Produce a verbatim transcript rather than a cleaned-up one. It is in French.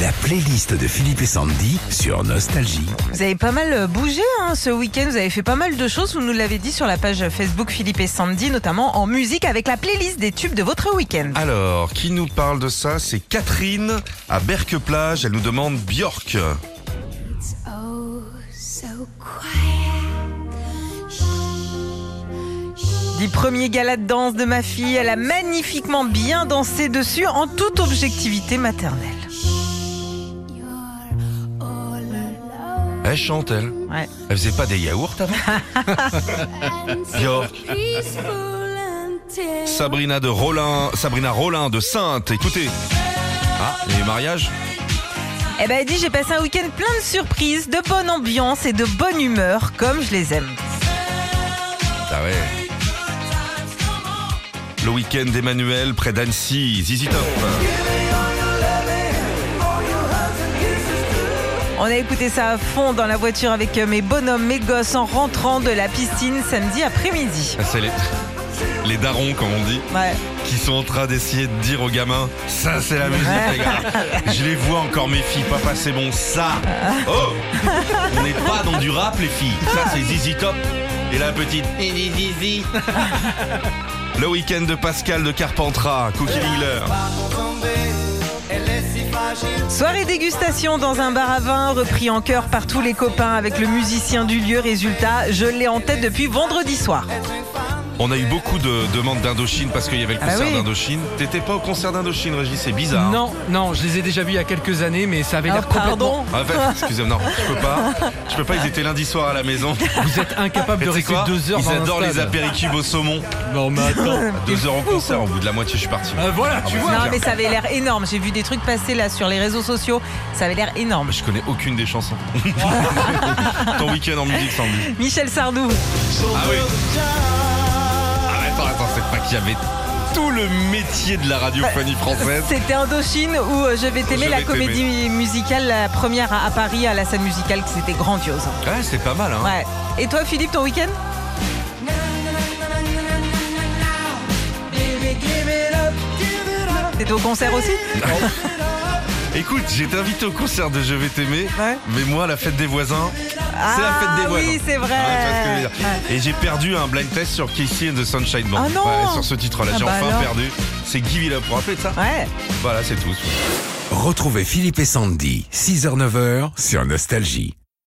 La playlist de Philippe et Sandy sur Nostalgie. Vous avez pas mal bougé hein, ce week-end, vous avez fait pas mal de choses, vous nous l'avez dit sur la page Facebook Philippe et Sandy, notamment en musique avec la playlist des tubes de votre week-end. Alors, qui nous parle de ça? C'est Catherine à Berck-Plage, elle nous demande Björk. Oh, so quiet. Du premier gala de danse de ma fille, elle a magnifiquement bien dansé dessus en toute objectivité maternelle. Elle chante, elle. Ouais. Elle faisait pas des yaourts avant? Björk. Sabrina de Rollin, Sabrina Rollin de Sainte, écoutez. Ah, les mariages? Eh ben, elle dit, j'ai passé un week-end plein de surprises, de bonne ambiance et de bonne humeur, comme je les aime. Ah ouais. Le week-end d'Emmanuel près d'Annecy, Z Z Top. On a écouté ça à fond dans la voiture avec mes bonhommes, mes gosses en rentrant de la piscine samedi après-midi. Ah, c'est les, les darons, comme on dit, Ouais. qui sont en train d'essayer de dire aux gamins, ça c'est la musique, les gars. Je les vois encore, mes filles. Papa, c'est bon, ça. Oh, on n'est pas dans du rap, les filles. Ça, c'est Z Z Top. Et la petite. Le week-end de Pascal de Carpentras, Cookie Miller. Soirée dégustation dans un bar à vin, repris en chœur par tous les copains avec le musicien du lieu. Résultat, je l'ai en tête depuis vendredi soir. On a eu beaucoup de demandes d'Indochine parce qu'il y avait le Ah concert oui. d'Indochine. T'étais pas au concert d'Indochine, Régis, c'est bizarre. Non, non, je les ai déjà vus il y a quelques années, mais ça avait Ah, l'air complètement... pardon. Ah, fait, excusez-moi, non, je peux pas. Je peux pas, ils étaient lundi soir à la maison. Vous êtes incapable de Mais tu sais rester quoi, deux heures Ils dans un adorent les stade. apéricubes au saumon. Non, mais attends. Deux heures en concert, au bout de la moitié, je suis parti. Euh, voilà, tu vois. Non mais ça avait l'air énorme, j'ai vu des trucs passer là sur les réseaux sociaux, ça avait l'air énorme. Je connais aucune des chansons. Ton week-end en musique, Sandy. Michel Sardou. Ah oui. Ah, attends, attends, c'est pas qu'il y avait tout le métier de la radiophonie française. C'était Indochine ou euh, Je vais t'aimer, Je la vais comédie musicale, la première à à Paris à la scène musicale, c'était grandiose. Ouais, c'est pas mal, hein. Ouais. Et toi Philippe, ton week-end? T'étais au concert aussi? Écoute, j'étais invité au concert de Je vais t'aimer, Ouais. mais moi, la fête des voisins, c'est la fête des Ah voisins. oui, c'est vrai. Ouais, tu vois ce que je veux dire. Ouais. Et j'ai perdu un blind test sur Casey and the Sunshine Band. Ah non. Ouais, sur ce titre-là, Ah j'ai bah enfin alors. perdu. C'est Give It Up, vous vous rappelez de ça? Ouais. Voilà, c'est tout. Retrouvez Philippe et Sandy, six heures neuf heures sur Nostalgie.